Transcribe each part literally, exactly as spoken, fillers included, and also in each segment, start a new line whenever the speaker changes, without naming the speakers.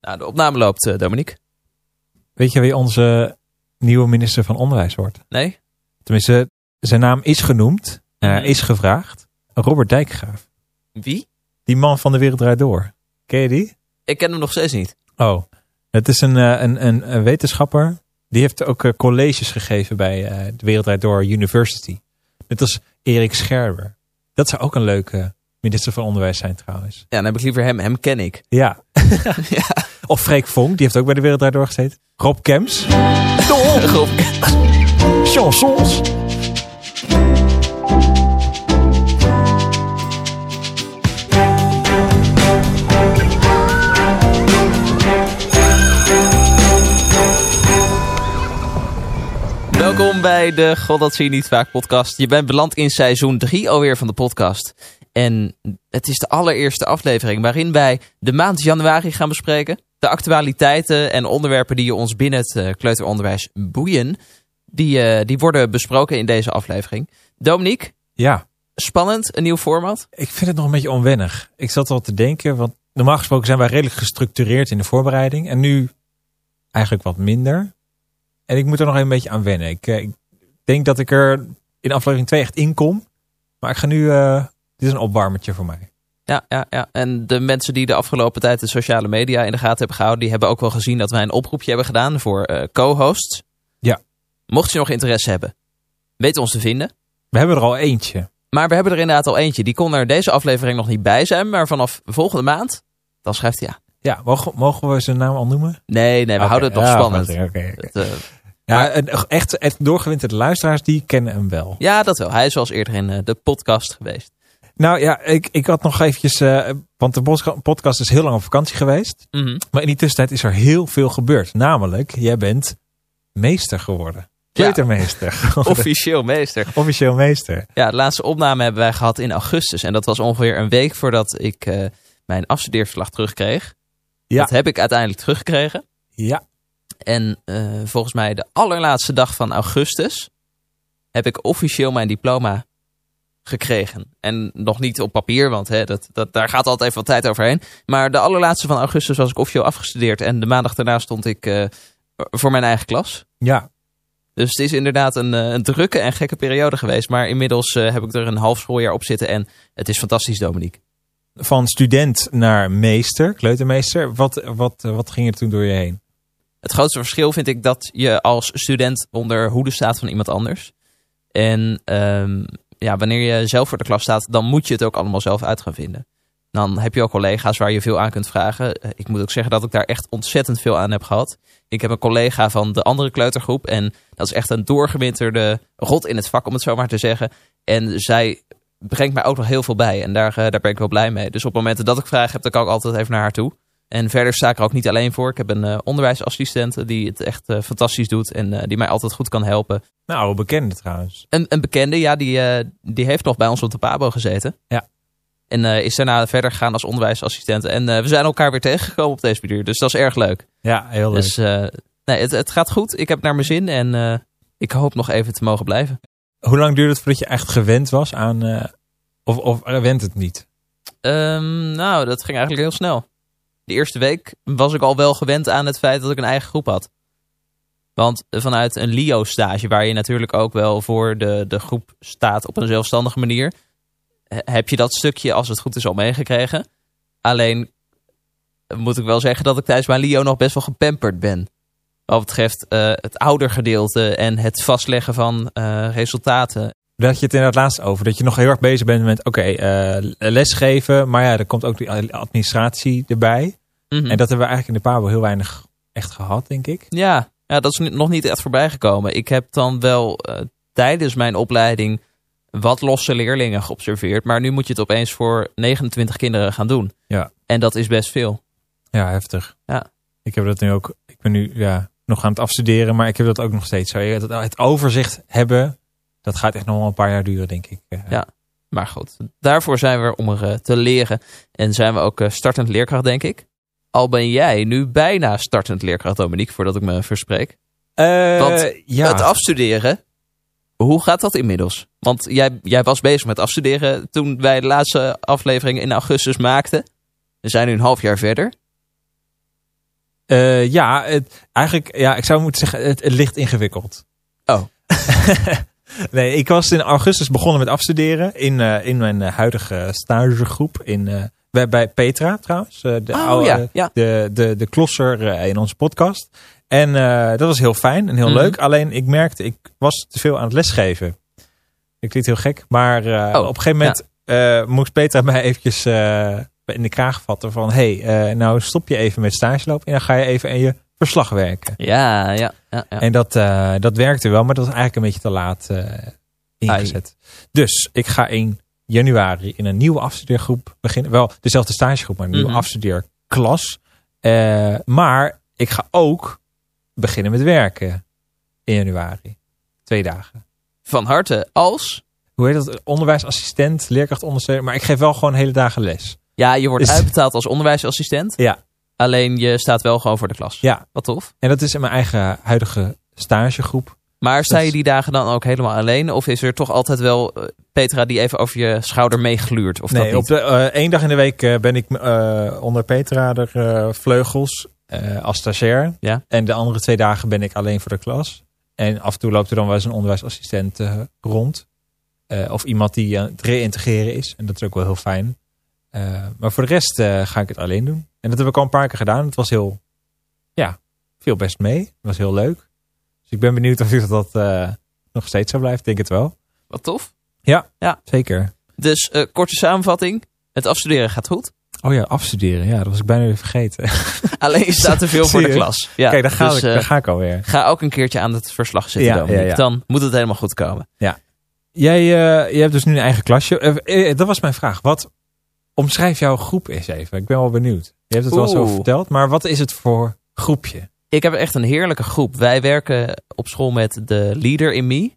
Nou, de opname loopt, uh, Dominique.
Weet je wie onze nieuwe minister van Onderwijs wordt?
Nee?
Tenminste, zijn naam is genoemd. En hij is gevraagd. Robert Dijkgraaf.
Wie?
Die man van De Wereld Draait Door. Ken je die?
Ik ken hem nog steeds niet.
Oh, het is een, een, een, een wetenschapper. Die heeft ook uh, colleges gegeven bij uh, De Wereld Draait Door University. Net als Erik Scherber. Dat zou ook een leuke minister van Onderwijs zijn trouwens.
Ja, dan heb ik liever hem. Hem ken ik.
Ja.
ja.
Of Freek Vonk, die heeft ook bij De Wereld Draait Door gezeten. Rob Kemps.
Rob Kemps.
Chansons.
Welkom bij de God dat zie je niet vaak podcast. Je bent beland in seizoen drie alweer van de podcast. En het is de allereerste aflevering waarin wij de maand januari gaan bespreken. De actualiteiten en onderwerpen die ons binnen het uh, kleuteronderwijs boeien. Die, uh, die worden besproken in deze aflevering. Dominique?
Ja.
Spannend, een nieuw format?
Ik vind het nog een beetje onwennig. Ik zat al te denken, want normaal gesproken zijn wij redelijk gestructureerd in de voorbereiding. En nu eigenlijk wat minder. En ik moet er nog een beetje aan wennen. Ik, ik denk dat ik er in aflevering twee echt in kom. Maar ik ga nu... Uh, dit is een opwarmertje voor mij.
Ja, ja, ja, en de mensen die de afgelopen tijd de sociale media in de gaten hebben gehouden... die hebben ook wel gezien dat wij een oproepje hebben gedaan voor uh, co-hosts.
Ja.
Mocht je nog interesse hebben, weet ons te vinden.
We hebben er al eentje.
Maar we hebben er inderdaad al eentje. Die kon er deze aflevering nog niet bij zijn. Maar vanaf volgende maand, dan schrijft hij ja.
Ja, mogen, mogen we zijn naam al noemen?
Nee, nee, we okay, houden het nog ja, spannend.
Oké, okay, okay.
uh,
Ja, maar, echt, echt doorgewinterde luisteraars, die kennen hem wel.
Ja, dat wel. Hij is wel eens eerder in uh, de podcast geweest.
Nou ja, ik, ik had nog eventjes... Uh, want de podcast is heel lang op vakantie geweest.
Mm-hmm.
Maar in die tussentijd is er heel veel gebeurd. Namelijk, jij bent meester geworden. Kleutermeester.
Ja, officieel meester.
Officieel meester.
Ja, de laatste opname hebben wij gehad in augustus. En dat was ongeveer een week voordat ik uh, mijn afstudeerverslag terugkreeg. Ja. Dat heb ik uiteindelijk teruggekregen.
Ja.
En uh, volgens mij de allerlaatste dag van augustus heb ik officieel mijn diploma gekregen. En nog niet op papier, want hè, dat, dat, daar gaat altijd even wat tijd overheen. Maar de allerlaatste van augustus was ik officieel afgestudeerd. En de maandag daarna stond ik uh, voor mijn eigen klas.
Ja.
Dus het is inderdaad een, een drukke en gekke periode geweest. Maar inmiddels uh, heb ik er een half schooljaar op zitten. En het is fantastisch, Dominique.
Van student naar meester, kleutermeester. Wat, wat, wat ging er toen door je heen?
Het grootste verschil vind ik dat je als student onder hoede staat van iemand anders. En um, ja, wanneer je zelf voor de klas staat, dan moet je het ook allemaal zelf uit gaan vinden. Dan heb je ook collega's waar je veel aan kunt vragen. Ik moet ook zeggen dat ik daar echt ontzettend veel aan heb gehad. Ik heb een collega van de andere kleutergroep. En dat is echt een doorgewinterde rot in het vak, om het zo maar te zeggen. En zij brengt mij ook nog heel veel bij. En daar, daar ben ik wel blij mee. Dus op momenten dat ik vraag heb, dan kan ik altijd even naar haar toe. En verder sta ik er ook niet alleen voor. Ik heb een uh, onderwijsassistente die het echt uh, fantastisch doet. En uh, die mij altijd goed kan helpen.
Nou, een bekende trouwens.
Een, een bekende, ja, die, uh, die heeft nog bij ons op de Pabo gezeten.
Ja.
En uh, is daarna verder gegaan als onderwijsassistent. En uh, we zijn elkaar weer tegengekomen op deze manier. Dus dat is erg leuk.
Ja, heel leuk.
Dus uh, nee, het, het gaat goed. Ik heb naar mijn zin. En uh, ik hoop nog even te mogen blijven.
Hoe lang duurde het voordat je echt gewend was aan... Uh, of, of went het niet?
Um, nou, dat ging eigenlijk heel snel. De eerste week was ik al wel gewend aan het feit dat ik een eigen groep had. Want vanuit een L I O-stage, waar je natuurlijk ook wel voor de, de groep staat op een zelfstandige manier, heb je dat stukje, als het goed is, al meegekregen. Alleen moet ik wel zeggen dat ik tijdens mijn L I O nog best wel gepamperd ben. Wat betreft uh, het oudergedeelte en het vastleggen van uh, resultaten.
Daar had je het inderdaad laatst over. Dat je nog heel erg bezig bent met oké, okay, uh, lesgeven. Maar ja, er komt ook die administratie erbij. Mm-hmm. En dat hebben we eigenlijk in de Pabo heel weinig echt gehad, denk ik.
Ja, ja, dat is nog niet echt voorbij gekomen. Ik heb dan wel uh, tijdens mijn opleiding wat losse leerlingen geobserveerd. Maar nu moet je het opeens voor negenentwintig kinderen gaan doen.
Ja.
En dat is best veel.
Ja, heftig.
Ja.
Ik heb dat nu ook. Ik ben nu ja, nog aan het afstuderen, maar ik heb dat ook nog steeds zo. Het, het overzicht hebben, dat gaat echt nog wel een paar jaar duren, denk ik.
Ja, maar goed. Daarvoor zijn we om er uh, te leren. En zijn we ook uh, startend leerkracht, denk ik. Al ben jij nu bijna startend leerkracht, Dominique, voordat ik me verspreek.
Uh,
Want
ja.
het afstuderen, hoe gaat dat inmiddels? Want jij, jij was bezig met afstuderen toen wij de laatste aflevering in augustus maakten. We zijn nu een half jaar verder.
Uh, ja, het, eigenlijk, ja, ik zou moeten zeggen, het, het ligt ingewikkeld.
Oh.
Nee, ik was in augustus begonnen met afstuderen in, uh, in mijn huidige stagegroep in, uh, bij, bij Petra trouwens. Uh, de,
oh,
oude,
ja, ja.
de, de, de klosser uh, in onze podcast. En uh, dat was heel fijn en heel mm-hmm. leuk. Alleen ik merkte, ik was te veel aan het lesgeven. Ik liet heel gek, maar uh, oh, op een gegeven moment ja. uh, moest Petra mij eventjes uh, in de kraag vatten van, hey, uh, nou stop je even met stage lopen en dan ga je even in je verslag werken.
Ja, ja. ja, ja.
En dat, uh, dat werkte wel, maar dat was eigenlijk een beetje te laat uh, ingezet. Ai. Dus ik ga in januari in een nieuwe afstudeergroep beginnen. Wel dezelfde stagegroep, maar een nieuwe mm-hmm. afstudeerklas. Uh, maar ik ga ook beginnen met werken in januari. Twee dagen.
Van harte als?
Hoe heet dat? Onderwijsassistent, leerkrachtondersteuner. Maar ik geef wel gewoon hele dagen les.
Ja, je wordt dus uitbetaald als onderwijsassistent.
Ja.
Alleen je staat wel gewoon voor de klas.
Ja.
Wat tof.
En dat is in mijn eigen huidige stagegroep.
Maar sta je die dagen dan ook helemaal alleen? Of is er toch altijd wel uh, Petra die even over je schouder meegluurt? Of
nee,
dat niet?
op de, uh, één dag in de week uh, ben ik uh, onder Petra de uh, vleugels uh, als stagiair.
Ja. En
de andere twee dagen ben ik alleen voor de klas. En af en toe loopt er dan wel eens een onderwijsassistent uh, rond. Uh, of iemand die aan uh, het reïntegreren is. En dat is ook wel heel fijn. Uh, maar voor de rest uh, ga ik het alleen doen. En dat heb ik al een paar keer gedaan. Het was heel, ja, viel best mee. Het was heel leuk. Dus ik ben benieuwd of dat uh, nog steeds zo blijft. Ik denk het wel.
Wat tof.
Ja, ja. Zeker.
Dus uh, korte samenvatting. Het afstuderen gaat goed.
Oh ja, afstuderen. Ja, dat was ik bijna weer vergeten.
Alleen je staat te veel voor de klas. Ja,
kijk, daar ga,
dus,
ik, daar ga ik alweer.
Ga ook een keertje aan het verslag zitten,
ja,
Dominique.
Ja, ja.
Dan moet het helemaal goed komen.
Ja. Jij, uh, je hebt dus nu een eigen klasje. Uh, uh, dat was mijn vraag. Wat omschrijf jouw groep eens even? Ik ben wel benieuwd. Je hebt het Oeh. wel zo verteld. Maar wat is het voor groepje?
Ik heb echt een heerlijke groep. Wij werken op school met de Leader in Me.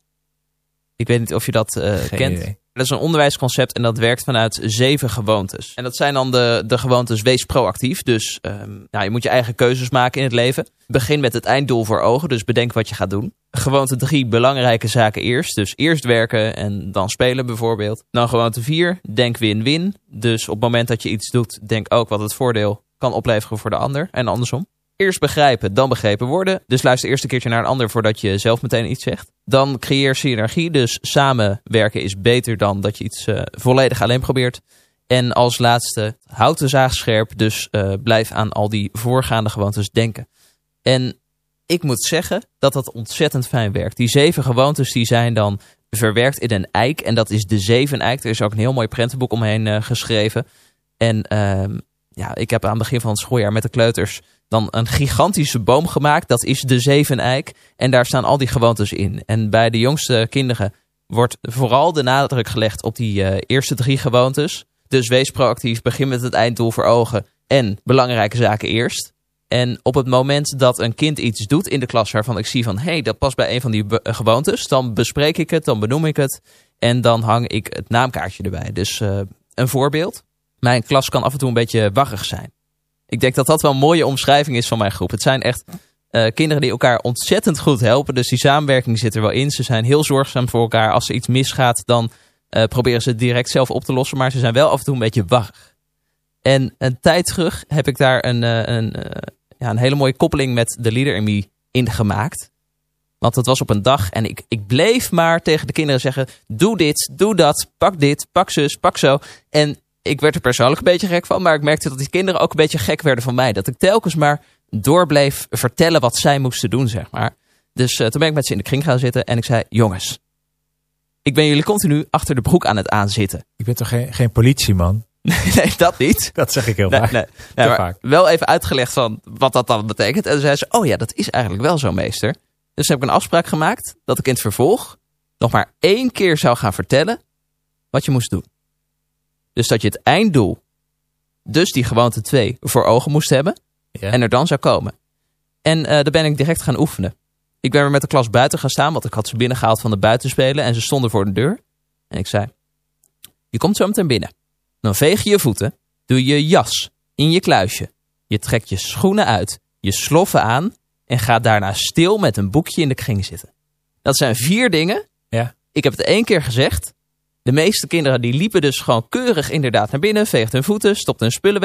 Ik weet niet of je dat uh, kent.
Idee.
Dat is een onderwijsconcept en dat werkt vanuit zeven gewoontes. En dat zijn dan de, de gewoontes wees proactief. Dus um, nou, je moet je eigen keuzes maken in het leven. Begin met het einddoel voor ogen, dus bedenk wat je gaat doen. Gewoonte drie, belangrijke zaken eerst. Dus eerst werken en dan spelen bijvoorbeeld. Dan gewoonte vier, denk win-win. Dus op het moment dat je iets doet, denk ook wat het voordeel kan opleveren voor de ander en andersom. Eerst begrijpen, dan begrepen worden. Dus luister eerst een keertje naar een ander voordat je zelf meteen iets zegt. Dan creëer synergie, dus samenwerken is beter dan dat je iets uh, volledig alleen probeert. En als laatste, houd de zaag scherp, dus uh, blijf aan al die voorgaande gewoontes denken. En ik moet zeggen dat dat ontzettend fijn werkt. Die zeven gewoontes die zijn dan verwerkt in een eik en dat is de zeven-eik. Er is ook een heel mooi prentenboek omheen uh, geschreven. En uh, ja, ik heb aan het begin van het schooljaar met de kleuters dan een gigantische boom gemaakt. Dat is de zeven-eik. En daar staan al die gewoontes in. En bij de jongste kinderen wordt vooral de nadruk gelegd op die uh, eerste drie gewoontes. Dus wees proactief, begin met het einddoel voor ogen en belangrijke zaken eerst. En op het moment dat een kind iets doet in de klas waarvan ik zie van hé, hey, dat past bij een van die be- gewoontes, dan bespreek ik het, dan benoem ik het en dan hang ik het naamkaartje erbij. Dus uh, een voorbeeld. Mijn klas kan af en toe een beetje waggig zijn. Ik denk dat dat wel een mooie omschrijving is van mijn groep. Het zijn echt uh, kinderen die elkaar ontzettend goed helpen. Dus die samenwerking zit er wel in. Ze zijn heel zorgzaam voor elkaar. Als er iets misgaat, dan uh, proberen ze het direct zelf op te lossen. Maar ze zijn wel af en toe een beetje waggig. En een tijd terug heb ik daar een, uh, een, uh, ja, een hele mooie koppeling met de Leader in Me in gemaakt. Want het was op een dag en ik, ik bleef maar tegen de kinderen zeggen, doe dit, doe dat, pak dit, pak zus, pak zo. En ik werd er persoonlijk een beetje gek van, maar ik merkte dat die kinderen ook een beetje gek werden van mij. Dat ik telkens maar door bleef vertellen wat zij moesten doen, zeg maar. Dus uh, toen ben ik met ze in de kring gaan zitten en ik zei, jongens, ik ben jullie continu achter de broek aan het aanzitten.
Ik ben toch geen, geen politieman?
Nee, dat niet.
Dat zeg ik heel
nee,
vaak.
Nee, nee, maar vaak. Wel even uitgelegd van wat dat dan betekent. En toen zei ze, oh ja, dat is eigenlijk wel zo, meester. Dus heb ik een afspraak gemaakt dat ik in het vervolg nog maar één keer zou gaan vertellen wat je moest doen. Dus dat je het einddoel, dus die gewoonte twee, voor ogen moest hebben. Ja. En er dan zou komen. En uh, daar ben ik direct gaan oefenen. Ik ben weer met de klas buiten gaan staan, want ik had ze binnengehaald van de buitenspelen. En ze stonden voor de deur. En ik zei, je komt zo meteen binnen. Dan veeg je je voeten, doe je jas in je kluisje. Je trekt je schoenen uit, je sloffen aan en gaat daarna stil met een boekje in de kring zitten. Dat zijn vier dingen.
Ja.
Ik heb het één keer gezegd. De meeste kinderen die liepen dus gewoon keurig inderdaad naar binnen, veegden hun voeten, stopten hun spullen weg,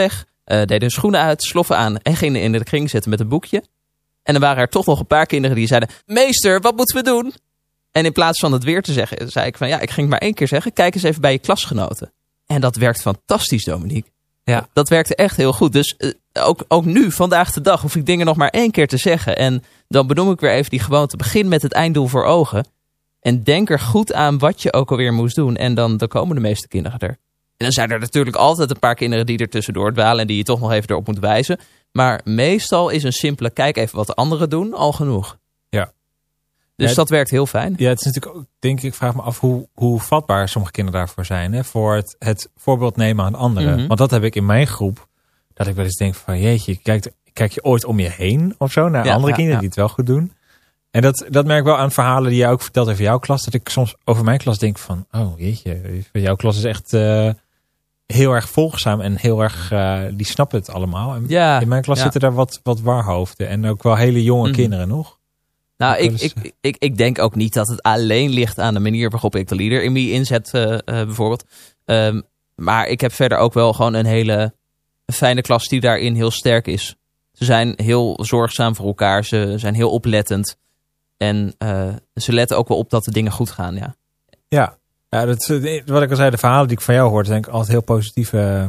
uh, deden hun schoenen uit, sloffen aan en gingen in de kring zitten met een boekje. En dan waren er toch nog een paar kinderen die zeiden, meester, wat moeten we doen? En in plaats van het weer te zeggen, zei ik van ja, ik ging het maar één keer zeggen, kijk eens even bij je klasgenoten. En dat werkt fantastisch, Dominique.
Ja.
Dat werkte echt heel goed. Dus uh, ook, ook nu, vandaag de dag, hoef ik dingen nog maar één keer te zeggen. En dan benoem ik weer even die gewoonte. Begin met het einddoel voor ogen. En denk er goed aan wat je ook alweer moest doen. En dan, dan komen de meeste kinderen er. En dan zijn er natuurlijk altijd een paar kinderen die er tussendoor dwalen. En die je toch nog even erop moet wijzen. Maar meestal is een simpele kijk even wat de anderen doen al genoeg.
Ja.
Dus
ja,
dat werkt heel fijn.
Ja, het is natuurlijk ook, denk ik, ik vraag me af hoe, hoe vatbaar sommige kinderen daarvoor zijn. Hè? Voor het, het voorbeeld nemen aan anderen.
Mm-hmm.
Want dat heb ik in mijn groep. Dat ik wel eens denk van jeetje, kijk, kijk je ooit om je heen of zo naar
ja,
andere
ja,
kinderen
ja.
die het wel goed doen. En dat, dat merk ik wel aan verhalen die jij ook vertelt over jouw klas. Dat ik soms over mijn klas denk van, oh jeetje, jouw klas is echt uh, heel erg volgzaam en heel erg, uh, die snappen het allemaal. En
Ja,
in mijn klas
ja.
zitten daar wat, wat warhoofden en ook wel hele jonge
Mm-hmm.
kinderen nog.
Nou, ik,
Dus,
ik, ik, ik denk ook niet dat het alleen ligt aan de manier waarop ik de leader in me inzet, uh, uh, bijvoorbeeld. Um, maar ik heb verder ook wel gewoon een hele fijne klas die daarin heel sterk is. Ze zijn heel zorgzaam voor elkaar, ze zijn heel oplettend. En uh, ze letten ook wel op dat de dingen goed gaan, ja.
Ja, ja dat, wat ik al zei, de verhalen die ik van jou hoor, zijn altijd heel positieve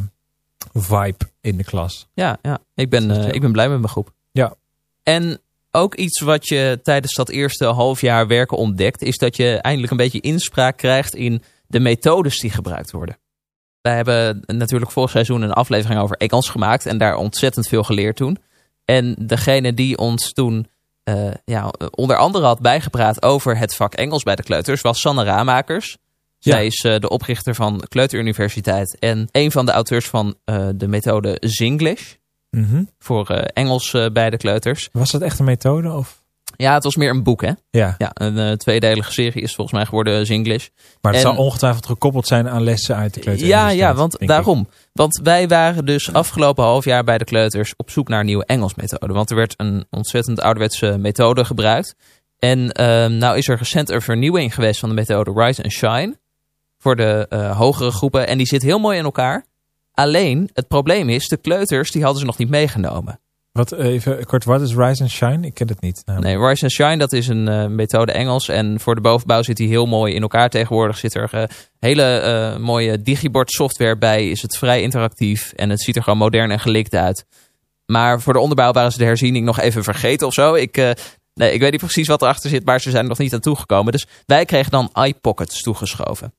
vibe in de klas.
Ja, ja. Ik, ben, uh, ik ben blij met mijn groep.
Ja.
En ook iets wat je tijdens dat eerste half jaar werken ontdekt, is dat je eindelijk een beetje inspraak krijgt in de methodes die gebruikt worden. Wij hebben natuurlijk vorig seizoen een aflevering over Engels gemaakt en daar ontzettend veel geleerd toen. En degene die ons toen uh, ja, onder andere had bijgepraat over het vak Engels bij de kleuters was Sanne Ramakers. Zij
Ja.
is uh, de oprichter van Kleuteruniversiteit en een van de auteurs van uh, de methode Zinglish.
Mm-hmm.
Voor uh, Engels uh, bij de kleuters.
Was dat echt een methode? Of?
Ja, het was meer een boek, hè?
Ja.
Ja, een uh, tweedelige serie is volgens mij geworden Zinglish.
Maar het
En-
zal ongetwijfeld gekoppeld zijn aan lessen uit de kleuter.
Ja, ja, want daarom. Want wij waren dus afgelopen half jaar bij de kleuters op zoek naar een nieuwe Engelsmethode. Want er werd een ontzettend ouderwetse methode gebruikt. En uh, nou is er recent een vernieuwing geweest van de methode Rise and Shine. Voor de uh, hogere groepen. En die zit heel mooi in elkaar. Alleen, het probleem is, de kleuters die hadden ze nog niet meegenomen.
Wat, even kort, wat is Rise and Shine? Ik ken het niet. Nou.
Nee, Rise and Shine, dat is een uh, methode Engels. En voor de bovenbouw zit die heel mooi in elkaar. Tegenwoordig zit er uh, hele uh, mooie digibord software bij. Is het vrij interactief. En het ziet er gewoon modern en gelikt uit. Maar voor de onderbouw waren ze de herziening nog even vergeten of zo. Ik, uh, nee, ik weet niet precies wat erachter zit, maar ze zijn er nog niet aan toegekomen. Dus wij kregen dan iPockets toegeschoven.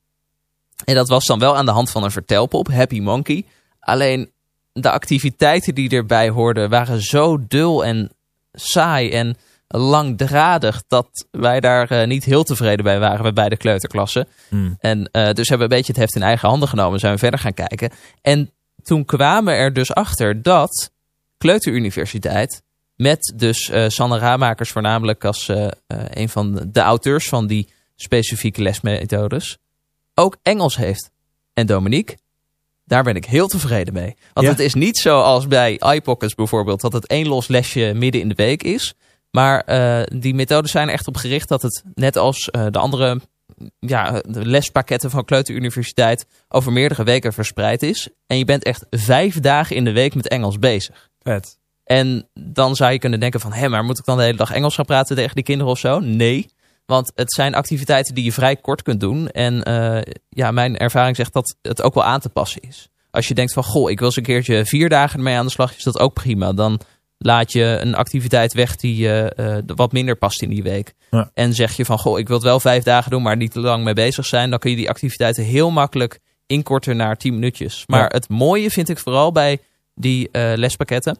En dat was dan wel aan de hand van een vertelpop, Happy Monkey. Alleen de activiteiten die erbij hoorden waren zo dul en saai en langdradig dat wij daar uh, niet heel tevreden bij waren bij beide kleuterklassen.
Hmm.
En uh, dus hebben we een beetje het heft in eigen handen genomen en zijn we verder gaan kijken. En toen kwamen we er dus achter dat Kleuteruniversiteit met dus uh, Sanne Ramakers voornamelijk als uh, uh, een van de auteurs van die specifieke lesmethodes ook Engels heeft. En Dominique, daar ben ik heel tevreden mee. Want
Ja.
het is niet zoals bij iPockets bijvoorbeeld, dat het één los lesje midden in de week is. Maar uh, die methodes zijn er echt op gericht dat het net als uh, de andere ja, de lespakketten van Kleuteruniversiteit over meerdere weken verspreid is. En je bent echt vijf dagen in de week met Engels bezig.
Vet.
En dan zou je kunnen denken van, hé, maar moet ik dan de hele dag Engels gaan praten tegen die kinderen of zo? Nee, want het zijn activiteiten die je vrij kort kunt doen. En uh, ja, mijn ervaring zegt dat het ook wel aan te passen is. Als je denkt van, goh, ik wil eens een keertje vier dagen ermee aan de slag, is dat ook prima. Dan laat je een activiteit weg die uh, uh, wat minder past in die week.
Ja.
En zeg je van, goh, ik wil het wel vijf dagen doen, maar niet te lang mee bezig zijn. Dan kun je die activiteiten heel makkelijk inkorten naar tien minuutjes. Maar
Ja.
het mooie vind ik vooral bij die uh, lespakketten,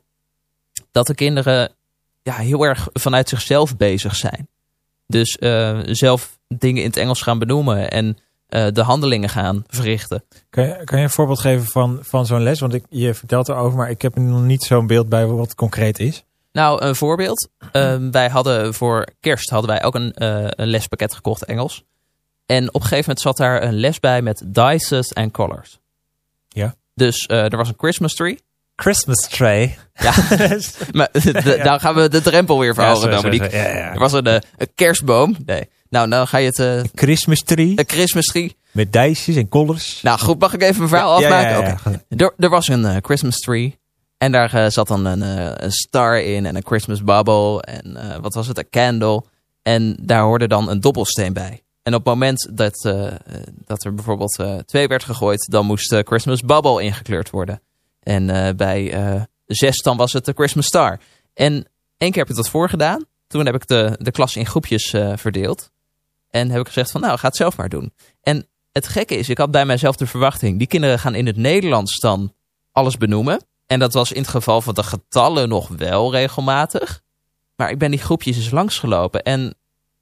dat de kinderen ja, heel erg vanuit zichzelf bezig zijn. Dus uh, zelf dingen in het Engels gaan benoemen en uh, de handelingen gaan verrichten.
Kan je, kan je een voorbeeld geven van, van zo'n les? Want ik, je vertelt erover, maar ik heb er nog niet zo'n beeld bij wat concreet is.
Nou, een voorbeeld. Uh, wij hadden voor kerst hadden wij ook een, uh, een lespakket gekocht Engels. En op een gegeven moment zat daar een les bij met dices en colors.
Ja.
Dus uh, er was een Christmas tree.
Christmas tray.
Ja, maar de, de,
Ja.
daar gaan we de drempel weer verhogen,
Ja, zo, zo,
Dominique.
zo. Ja, ja.
Er was een, uh, een kerstboom. Nee. Nou, dan ga je het... Uh,
Christmas tree.
een Christmas tree.
Met dijsjes en collars.
Nou goed, mag ik even mijn verhaal
Ja,
afmaken?
ja, ja, ja.
Oké. Er, er was een uh, Christmas tree. En daar uh, zat dan een, uh, een star in en een Christmas bubble en uh, wat was het, een candle. En daar hoorde dan een dobbelsteen bij. En op het moment dat, uh, dat er bijvoorbeeld uh, twee werd gegooid, dan moest de Christmas bubble ingekleurd worden. En uh, bij uh, zes dan was het de Christmas star. En één keer heb ik dat voorgedaan. Toen heb ik de, de klas in groepjes uh, verdeeld. En heb ik gezegd van nou, ga het zelf maar doen. En het gekke is, ik had bij mijzelf de verwachting, die kinderen gaan in het Nederlands dan alles benoemen. En dat was in het geval van de getallen nog wel regelmatig. Maar ik ben die groepjes eens langsgelopen. En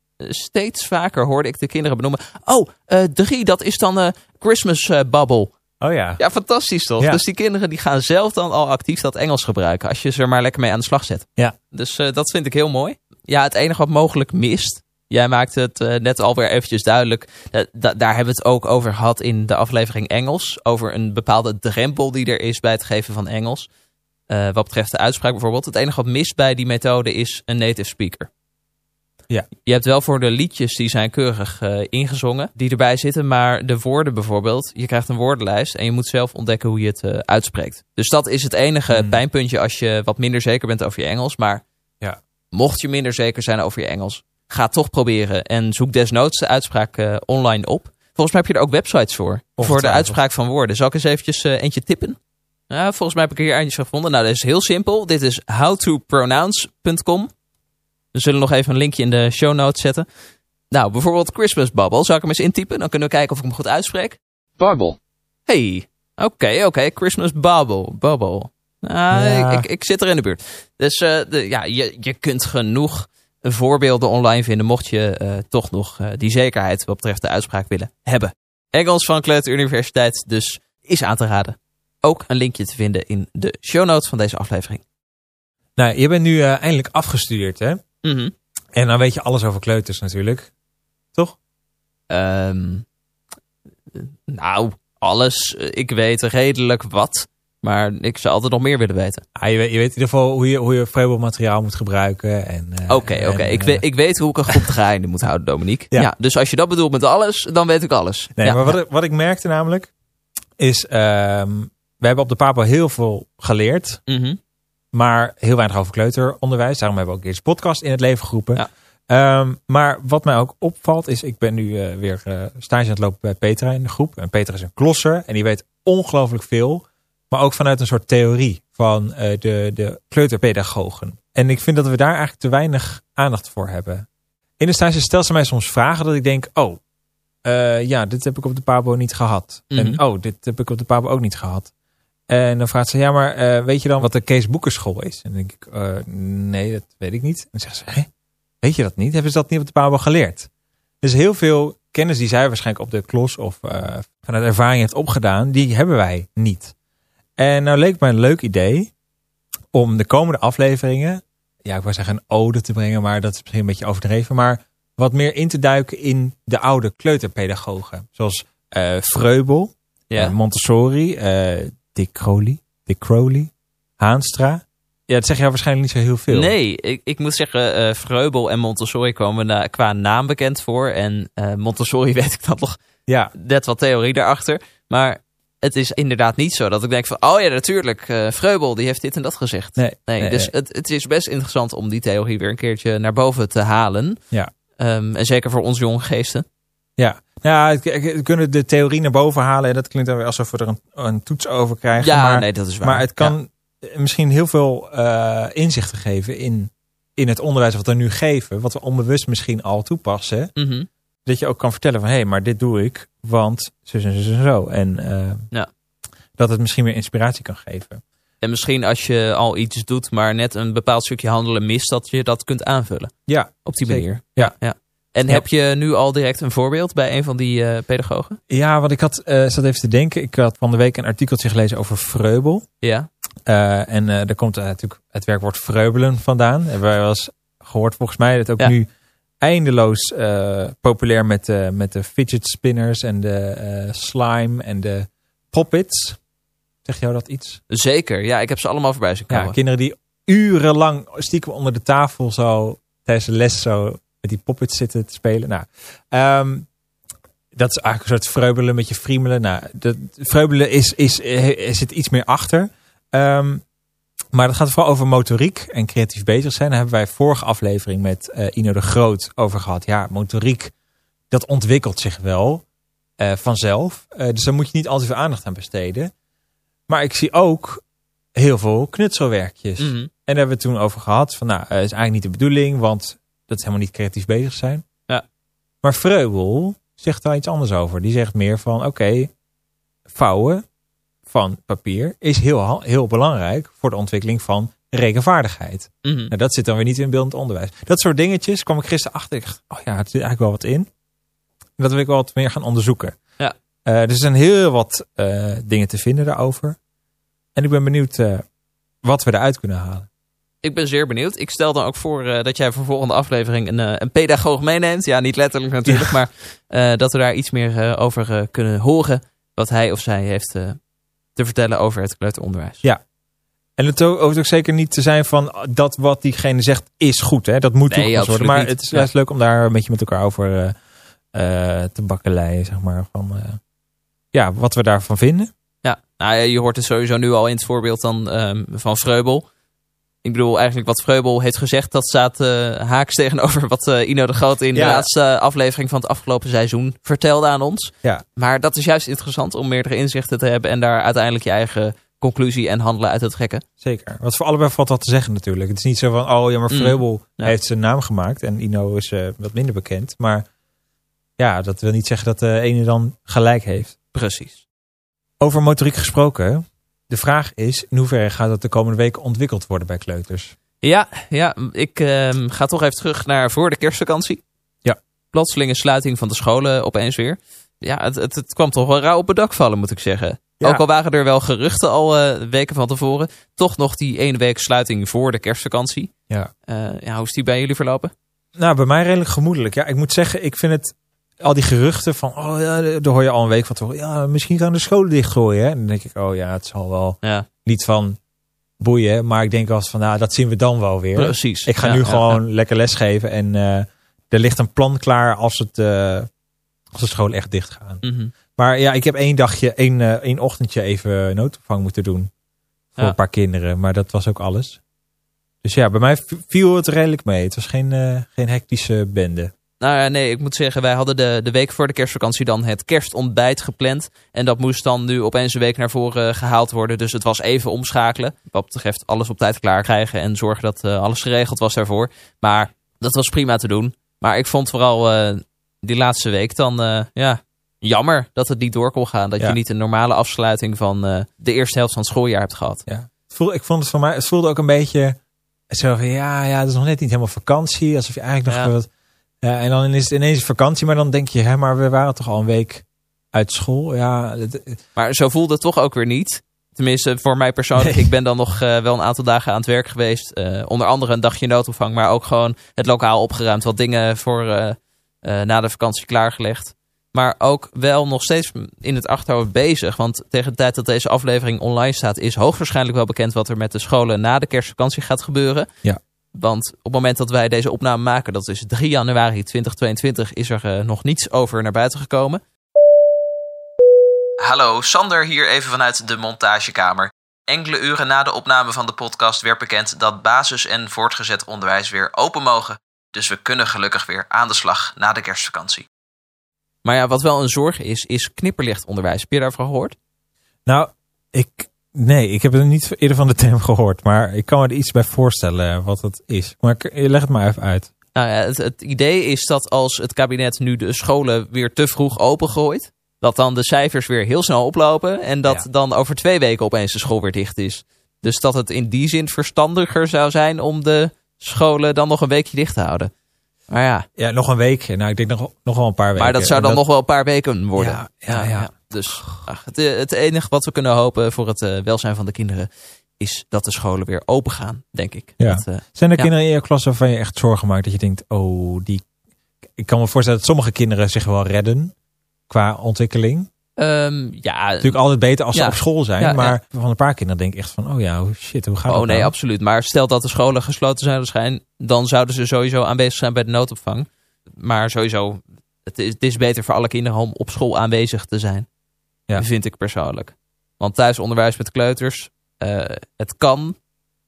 steeds vaker hoorde ik de kinderen benoemen. Oh, uh, drie, dat is dan een uh, Christmas uh, bubble.
Oh ja.
Ja, fantastisch toch? Ja. Dus die kinderen die gaan zelf dan al actief dat Engels gebruiken. Als je ze er maar lekker mee aan de slag zet.
Ja.
Dus uh, dat vind ik heel mooi. Ja, het enige wat mogelijk mist. Jij maakte het uh, net alweer eventjes duidelijk. Uh, da- daar hebben we het ook over gehad in de aflevering Engels. Over een bepaalde drempel die er is bij het geven van Engels. Uh, wat betreft de uitspraak bijvoorbeeld. Het enige wat mist bij die methode is een native speaker.
Ja.
Je hebt wel voor de liedjes, die zijn keurig uh, ingezongen, die erbij zitten. Maar de woorden bijvoorbeeld, je krijgt een woordenlijst en je moet zelf ontdekken hoe je het uh, uitspreekt. Dus dat is het enige hmm. pijnpuntje als je wat minder zeker bent over je Engels. Maar
ja.
mocht je minder zeker zijn over je Engels, ga het toch proberen. En zoek desnoods de uitspraak uh, online op. Volgens mij heb je er ook websites voor. Voor de uitspraak van woorden. Zal ik eens eventjes uh, eentje tippen? Ja, volgens mij heb ik hier eentje gevonden. Nou, dat is heel simpel. Dit is how to pronounce punt com. We zullen nog even een linkje in de show notes zetten. Nou, bijvoorbeeld Christmas bubble. Zal ik hem eens intypen? Dan kunnen we kijken of ik hem goed uitspreek.
Bubble.
Hey, oké, okay, oké. Okay. Christmas bubble. Bubble. Uh, ja. ik, ik, ik zit er in de buurt. Dus uh, de, ja, je, je kunt genoeg voorbeelden online vinden, mocht je uh, toch nog uh, die zekerheid wat betreft de uitspraak willen hebben. Engels van Kleuter Universiteit dus is aan te raden. Ook een linkje te vinden in de show notes van deze aflevering.
Nou, je bent nu uh, eindelijk afgestudeerd, hè?
Mm-hmm.
En dan weet je alles over kleuters natuurlijk. Toch?
Um, nou, alles. Ik weet redelijk wat. Maar ik zou altijd nog meer willen weten.
Ah, je, weet, je weet in ieder geval hoe je, hoe je vreubelmateriaal moet gebruiken. Oké,
uh, oké. Okay, okay. ik, uh, ik weet hoe ik een groep te geheim moet houden, Dominique. Ja. Ja, dus als je dat bedoelt met alles, dan weet ik alles.
Nee,
ja.
maar wat, ik, wat ik merkte namelijk, is... Um, we hebben op de Papo heel veel geleerd.
Mm-hmm.
Maar heel weinig over kleuteronderwijs. Daarom hebben we ook deze podcast in het leven geroepen. Ja. Um, maar wat mij ook opvalt is... Ik ben nu uh, weer uh, stage aan het lopen bij Petra in de groep. En Petra is een klosser. En die weet ongelooflijk veel. Maar ook vanuit een soort theorie van uh, de, de kleuterpedagogen. En ik vind dat we daar eigenlijk te weinig aandacht voor hebben. In de stage stelt ze mij soms vragen dat ik denk... Oh, uh, ja, dit heb ik op de Papo niet gehad. Mm-hmm. En oh, dit heb ik op de Papo ook niet gehad. En dan vraagt ze, ja, maar uh, weet je dan wat de Kees Boekerschool is? En dan denk ik, uh, nee, dat weet ik niet. En dan zegt ze, hé, weet je dat niet? Hebben ze dat niet op de Papo geleerd? Dus heel veel kennis die zij waarschijnlijk op de klos of uh, vanuit ervaring heeft opgedaan, die hebben wij niet. En nou leek mij een leuk idee om de komende afleveringen, ja, ik wou zeggen een ode te brengen, maar dat is misschien een beetje overdreven, maar wat meer in te duiken in de oude kleuterpedagogen. Zoals uh, Vreubel, yeah. uh, Montessori, uh, Dick Crowley, Dick Crowley, Haanstra. Ja, dat zeg je waarschijnlijk niet zo heel veel.
Nee, ik, ik moet zeggen, uh, Vreubel en Montessori komen na, qua naam bekend voor. En uh, Montessori weet ik dan nog ja. net wat theorie daarachter. Maar het is inderdaad niet zo dat ik denk van... oh ja, natuurlijk, uh, Vreubel, die heeft dit en dat gezegd.
Nee,
nee,
nee
dus
nee.
Het, het is best interessant om die theorie weer een keertje naar boven te halen.
Ja.
Um, en zeker voor onze jonge geesten.
Ja, ja, we kunnen de theorie naar boven halen. En dat klinkt dan weer alsof we er een, een toets over krijgen.
Ja,
maar,
nee, dat is waar.
Maar het kan ja. misschien heel veel uh, inzichten geven in, in het onderwijs wat we nu geven. Wat we onbewust misschien al toepassen.
Mm-hmm.
Dat je ook kan vertellen van, hé, hey, maar dit doe ik, want zo en zo en zo. En uh,
ja.
dat het misschien meer inspiratie kan geven.
En misschien als je al iets doet, maar net een bepaald stukje handelen mist, dat je dat kunt aanvullen.
Ja,
op die
zeker.
manier.
Ja.
ja. En ja. heb je nu al direct een voorbeeld bij een van die uh, pedagogen?
Ja, want ik had, uh, zat even te denken. Ik had van de week een artikeltje gelezen over Vreubel.
Ja.
Uh, en uh, daar komt uh, natuurlijk het werkwoord vreubelen vandaan. Hebben wij wel eens gehoord volgens mij. Dat ook ja. nu eindeloos uh, populair met, uh, met de fidget spinners en de uh, slime en de poppets. Zeg jou dat iets?
Zeker, ja. Ik heb ze allemaal voorbij zien komen.
Ja, kinderen die urenlang stiekem onder de tafel zo tijdens de les zo met die poppets zitten te spelen. Nou, um, dat is eigenlijk een soort vreubelen met je friemelen. Nou, de, vreubelen is, is, is, zit iets meer achter. Um, Maar dat gaat vooral over motoriek en creatief bezig zijn. Daar hebben wij vorige aflevering met uh, Ino de Groot over gehad. Ja, motoriek, dat ontwikkelt zich wel uh, vanzelf. Uh, dus daar moet je niet altijd veel aandacht aan besteden. Maar ik zie ook heel veel knutselwerkjes.
Mm-hmm.
En daar hebben we het toen over gehad. Van nou, uh, is eigenlijk niet de bedoeling, want dat is helemaal niet creatief bezig zijn.
Ja.
Maar Vreubel zegt daar iets anders over. Die zegt meer van, oké, okay, vouwen van papier is heel, heel belangrijk voor de ontwikkeling van rekenvaardigheid.
Mm-hmm.
Nou, dat zit dan weer niet in beeldend onderwijs. Dat soort dingetjes kwam ik gisteren achter. Ik dacht, oh ja, het zit eigenlijk wel wat in. En dat wil ik wel wat meer gaan onderzoeken.
Ja.
Uh, er zijn heel wat uh, dingen te vinden daarover. En ik ben benieuwd uh, wat we eruit kunnen halen.
Ik ben zeer benieuwd. Ik stel dan ook voor uh, dat jij voor de volgende aflevering een, uh, een pedagoog meeneemt. Ja, niet letterlijk natuurlijk, ja. maar uh, dat we daar iets meer uh, over uh, kunnen horen. Wat hij of zij heeft uh, te vertellen over het kleuteronderwijs.
Ja. En het hoeft ook zeker niet te zijn van dat wat diegene zegt is goed. Hè? Dat moet
nee,
toegepast worden. Maar
niet.
het is juist ja. leuk om daar een beetje met elkaar over uh, uh, te bakkeleien, zeg maar. Van, uh, ja, wat we daarvan vinden.
Ja, nou, je hoort het sowieso nu al in het voorbeeld dan, um, van Vreubel. Ik bedoel, eigenlijk wat Vreubel heeft gezegd, dat staat uh, haaks tegenover wat uh, Ino de Groot in ja. de laatste aflevering van het afgelopen seizoen vertelde aan ons.
Ja.
Maar dat is juist interessant om meerdere inzichten te hebben en daar uiteindelijk je eigen conclusie en handelen uit te trekken.
Zeker. Wat voor allebei valt wat te zeggen natuurlijk. Het is niet zo van, oh ja, maar Vreubel mm. ja. heeft zijn naam gemaakt en Ino is uh, wat minder bekend. Maar ja, dat wil niet zeggen dat de ene dan gelijk heeft.
Precies.
Over motoriek gesproken, de vraag is in hoeverre gaat dat de komende weken ontwikkeld worden bij kleuters?
Ja, ja ik uh, ga toch even terug naar voor de kerstvakantie.
Ja.
Plotselinge sluiting van de scholen opeens weer. Ja, het, het, het kwam toch wel rauw op het dak vallen, moet ik zeggen. Ja. Ook al waren er wel geruchten al uh, weken van tevoren. Toch nog die ene week sluiting voor de kerstvakantie.
Ja.
Uh, ja, hoe is die bij jullie verlopen?
Nou, bij mij redelijk gemoedelijk. Ja, ik moet zeggen, ik vind het... Al die geruchten van, oh ja, daar hoor je al een week van toch. Ja, misschien gaan de scholen dichtgooien. Hè? En dan denk ik, oh ja, het zal wel
ja.
niet van boeien. Maar ik denk als van, nou, dat zien we dan wel weer.
Precies.
Ik ga
ja,
nu
ja,
gewoon
ja.
lekker lesgeven. En uh, er ligt een plan klaar als, het, uh, als de scholen echt dicht gaan.
Mm-hmm.
Maar ja, ik heb één dagje, één, uh, één ochtendje even noodopvang moeten doen. Voor
ja.
een paar kinderen. Maar dat was ook alles. Dus ja, bij mij viel het redelijk mee. Het was geen, uh, geen hectische bende.
Nou ja, nee, ik moet zeggen, wij hadden de, de week voor de kerstvakantie dan het kerstontbijt gepland. En dat moest dan nu opeens een week naar voren gehaald worden. Dus het was even omschakelen. Wat betreft alles op tijd klaar krijgen en zorgen dat uh, alles geregeld was daarvoor. Maar dat was prima te doen. Maar ik vond vooral uh, die laatste week dan, uh, ja, jammer dat het niet door kon gaan. Dat ja. je niet een normale afsluiting van uh, de eerste helft van het schooljaar hebt gehad.
Ja. Het voelde, ik vond het voor mij, het voelde ook een beetje zo van, ja, ja, het is nog net niet helemaal vakantie. Alsof je eigenlijk nog
ja.
wat... Ja, en dan is het ineens vakantie, maar dan denk je, hè, maar we waren toch al een week uit school. Ja, het,
maar zo voelde het toch ook weer niet. Tenminste, voor mij persoonlijk. Nee. Ik ben dan nog uh, wel een aantal dagen aan het werk geweest. Uh, onder andere een dagje noodopvang, maar ook gewoon het lokaal opgeruimd. Wat dingen voor uh, uh, na de vakantie klaargelegd. Maar ook wel nog steeds in het achterhoofd bezig. Want tegen de tijd dat deze aflevering online staat, is hoogstwaarschijnlijk wel bekend wat er met de scholen na de kerstvakantie gaat gebeuren.
Ja.
Want op het moment dat wij deze opname maken, dat is drie januari tweeduizend tweeëntwintig, is er uh, nog niets over naar buiten gekomen. Hallo, Sander hier even vanuit de montagekamer. Enkele uren na de opname van de podcast werd bekend dat basis- en voortgezet onderwijs weer open mogen. Dus we kunnen gelukkig weer aan de slag na de kerstvakantie. Maar ja, wat wel een zorg is, is knipperlichtonderwijs. Heb je daarvan gehoord?
Nou, ik... Nee, ik heb er niet eerder van de term gehoord. Maar ik kan me er iets bij voorstellen wat het is. Maar leg het maar even uit.
Nou ja, het, het idee is dat als het kabinet nu de scholen weer te vroeg opengooit, dat dan de cijfers weer heel snel oplopen. En dat ja. dan over twee weken opeens de school weer dicht is. Dus dat het in die zin verstandiger zou zijn om de scholen dan nog een weekje dicht te houden. Maar ja.
Ja, nog een week. Nou, ik denk nog, nog wel een paar weken.
Maar dat zou dan
dat...
nog wel een paar weken worden.
Ja, ja, ja. ja.
Dus ach, het, het enige wat we kunnen hopen voor het uh, welzijn van de kinderen is dat de scholen weer open gaan, denk ik.
Ja.
Dat, uh,
Zijn er
ja.
kinderen in je klas waarvan je echt zorgen maakt dat je denkt, oh, die... Ik kan me voorstellen dat sommige kinderen zich wel redden qua ontwikkeling.
Um, ja,
natuurlijk altijd beter als ze
ja.
op school zijn.
Ja,
maar
ja.
van een paar kinderen denk ik echt van, oh ja, shit, hoe gaat
oh,
dat
nee,
nou?
absoluut. Maar stel dat de scholen gesloten zouden zijn, dan zouden ze sowieso aanwezig zijn bij de noodopvang. Maar sowieso, het is, het is beter voor alle kinderen om op school aanwezig te zijn. Ja. Vind ik persoonlijk. Want thuisonderwijs met kleuters, uh, het kan,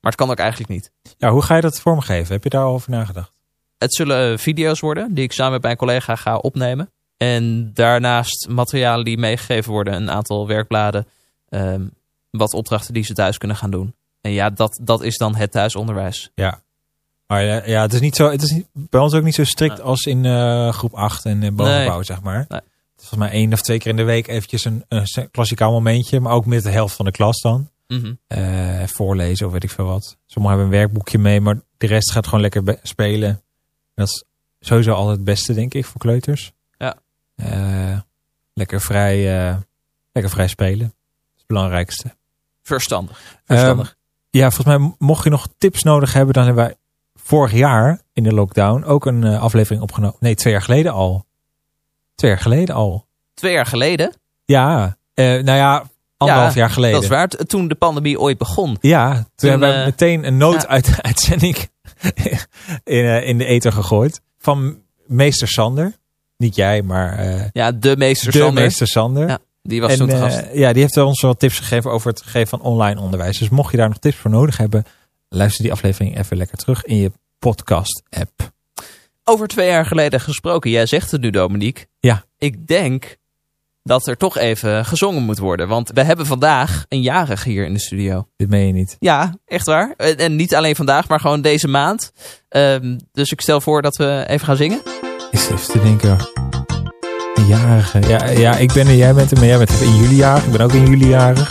Maar het kan ook eigenlijk niet.
Ja, hoe ga je dat vormgeven? Heb je daarover nagedacht?
Het zullen video's worden die ik samen met mijn collega ga opnemen. En daarnaast materialen die meegegeven worden. Een aantal werkbladen. Um, wat opdrachten die ze thuis kunnen gaan doen. En ja, dat, dat is dan het thuisonderwijs.
Ja. Maar ja, ja, het is niet zo. Het is niet, bij ons ook niet zo strikt nee. als in uh, groep acht en uh, bovenbouw, nee. zeg maar. Nee. Het is volgens mij één of twee keer in de week eventjes een, een klassikaal momentje. Maar ook met de helft van de klas dan. Mm-hmm. Uh, voorlezen of weet ik veel wat. Sommigen hebben een werkboekje mee, maar de rest gaat gewoon lekker be- spelen. Dat is sowieso altijd het beste, denk ik, voor kleuters.
Ja.
Uh, lekker, vrij, uh, lekker vrij spelen. Dat is het belangrijkste.
Verstandig. Verstandig.
Uh, ja, volgens mij mocht je nog tips nodig hebben, dan hebben wij vorig jaar in de lockdown ook een uh, aflevering opgenomen. Nee, twee jaar geleden al. Twee jaar geleden al.
Twee jaar geleden?
Ja, uh, nou ja, anderhalf
ja,
jaar geleden.
Dat is waar. Toen de pandemie ooit begon.
Ja, toen, toen hebben we uh, meteen een nooduitzending ja. in, uh, in de ether gegooid. Van meester Sander. Niet jij, maar... Uh,
ja, de meester
de
Sander.
meester Sander. Ja,
die was
en,
toen te gast.
Uh, ja, die heeft ons wat tips gegeven over het geven van online onderwijs. Dus mocht je daar nog tips voor nodig hebben, luister die aflevering even lekker terug in je podcast-app.
Over twee jaar geleden gesproken. Jij zegt het nu, Dominique.
Ja.
Ik denk dat er toch even gezongen moet worden. Want we hebben vandaag een jarige hier in de studio.
Dit meen je niet.
Ja, echt waar. En niet alleen vandaag, maar gewoon deze maand. Um, dus ik stel voor dat we even gaan zingen.
Is even te denken. Een jarige. Ja, ja, ik ben er, jij bent er, maar jij bent in juli jarig. Ik ben ook in juli jarig.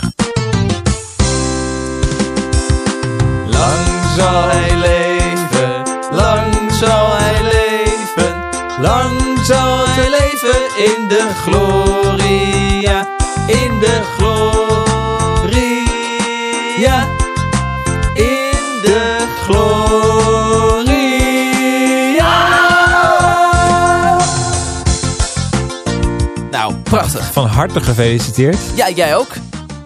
Lang zal hij leven, lang zal hij leven, lang zal hij leven in de gloria, in de gloria, in de gloria. Nou, prachtig.
Van harte gefeliciteerd.
Ja, jij ook.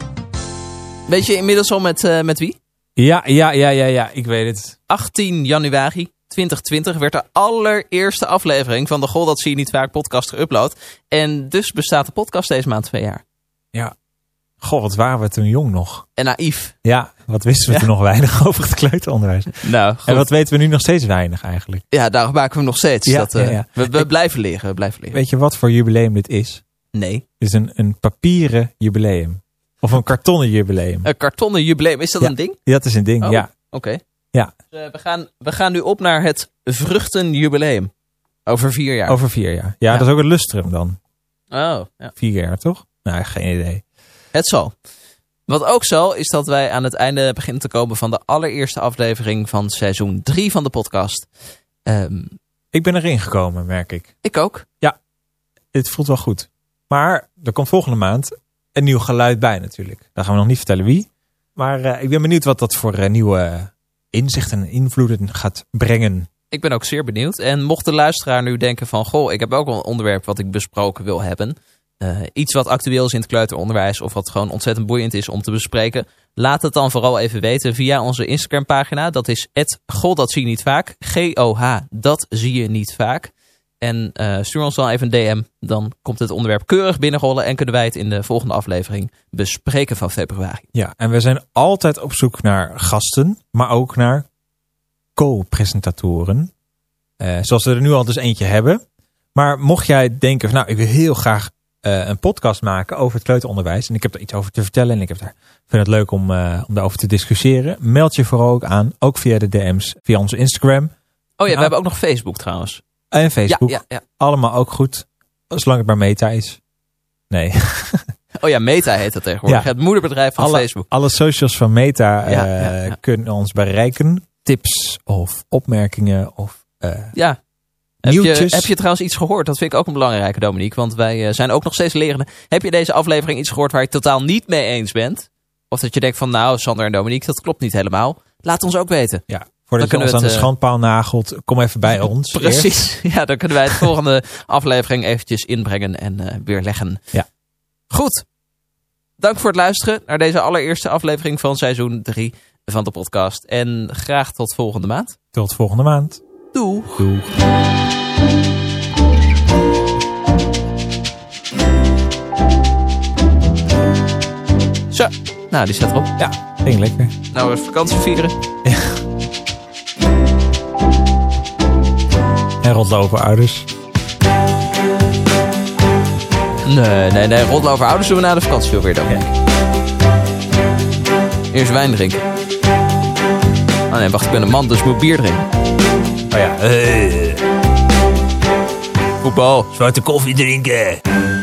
Weet je inmiddels al met, uh, met wie?
Ja, ja, ja, ja, ja, ik weet het.
achttien januari twintig twintig werd de allereerste aflevering van de Goh, dat zie je niet vaak podcast geüpload. En dus bestaat de podcast deze maand twee jaar.
Ja. Goh, wat waren we toen jong nog.
En naïef.
Ja, wat wisten we ja. toen nog weinig over het kleuteronderwijs. Nou, goed. En wat weten we nu nog steeds weinig eigenlijk.
Ja, daar maken we nog steeds. Ja, dat, uh, ja, ja. We, we ik, blijven liggen, we blijven liggen.
Weet je wat voor jubileum dit is?
Nee.
Het is een, een papieren jubileum. Of een kartonnen jubileum.
Een kartonnen jubileum, is dat
ja,
een ding?
Ja, dat is een ding,
oh,
ja.
Oké. Okay.
Ja.
Dus, uh, we, gaan, we gaan nu op naar het vruchtenjubileum. Over vier jaar.
Over vier jaar. Ja, ja. Dat is ook het lustrum dan.
Oh, ja.
Vier jaar, toch? Nou, geen idee.
Het zal. Wat ook zal, is dat wij aan het einde beginnen te komen van de allereerste aflevering van seizoen drie van de podcast. Um,
ik ben erin gekomen, merk ik.
Ik ook.
Ja, dit voelt wel goed. Maar er komt volgende maand een nieuw geluid bij natuurlijk. Daar gaan we nog niet vertellen wie. Maar uh, ik ben benieuwd wat dat voor uh, nieuwe inzichten en invloeden gaat brengen.
Ik ben ook zeer benieuwd. En mocht de luisteraar nu denken van, goh, ik heb ook wel een onderwerp wat ik besproken wil hebben. Uh, iets wat actueel is in het kleuteronderwijs of wat gewoon ontzettend boeiend is om te bespreken. Laat het dan vooral even weten via onze Instagram pagina. Dat is at goh, dat zie je niet vaak. G O H, dat zie je niet vaak. En uh, stuur ons dan even een D M. Dan komt het onderwerp keurig binnenrollen en kunnen wij het in de volgende aflevering bespreken van februari.
Ja, en we zijn altijd op zoek naar gasten, maar ook naar co-presentatoren. Uh, zoals we er nu al dus eentje hebben. Maar mocht jij denken, nou, ik wil heel graag uh, een podcast maken over het kleuteronderwijs. En ik heb er iets over te vertellen en ik heb daar, vind het leuk om, uh, om daarover te discussiëren. Meld je vooral ook aan, ook via de D M's, via onze Instagram.
Oh ja, we
nou,
hebben ook nog Facebook trouwens.
En Facebook.
Ja, ja, ja.
Allemaal ook goed. Zolang het maar Meta is. Nee.
Oh ja, Meta heet dat tegenwoordig. Ja. Het moederbedrijf van
alle,
Facebook.
Alle socials van Meta
ja,
uh,
ja, ja.
kunnen ons bereiken. Tips of opmerkingen of uh,
ja. Heb je, heb je trouwens iets gehoord? Dat vind ik ook een belangrijke, Dominique. Want wij uh, zijn ook nog steeds lerende. Heb je deze aflevering iets gehoord waar je het totaal niet mee eens bent? Of dat je denkt van, nou, Sander en Dominique, dat klopt niet helemaal. Laat ons ook weten.
Ja. Voordat je ons aan de schandpaal nagelt, kom even bij ons.
Precies. Eerst. Ja, dan kunnen wij het volgende aflevering eventjes inbrengen en uh, weerleggen.
Ja.
Goed. Dank voor het luisteren naar deze allereerste aflevering van seizoen drie van de podcast. En graag tot volgende maand.
Tot volgende maand.
Doeg.
Doeg.
Zo. Nou, die staat erop.
Ja. Ging lekker.
Nou, we vakantie vieren.
Ja. En rondlopen ouders.
Nee, nee, nee. Rondlopen ouders doen we na de vakantie veel weer dan.
Ja.
Eerst wijn drinken. Oh nee, wacht, ik ben een man, dus ik moet bier drinken.
Oh ja.
Hey. Voetbal.
Zwarte koffie drinken.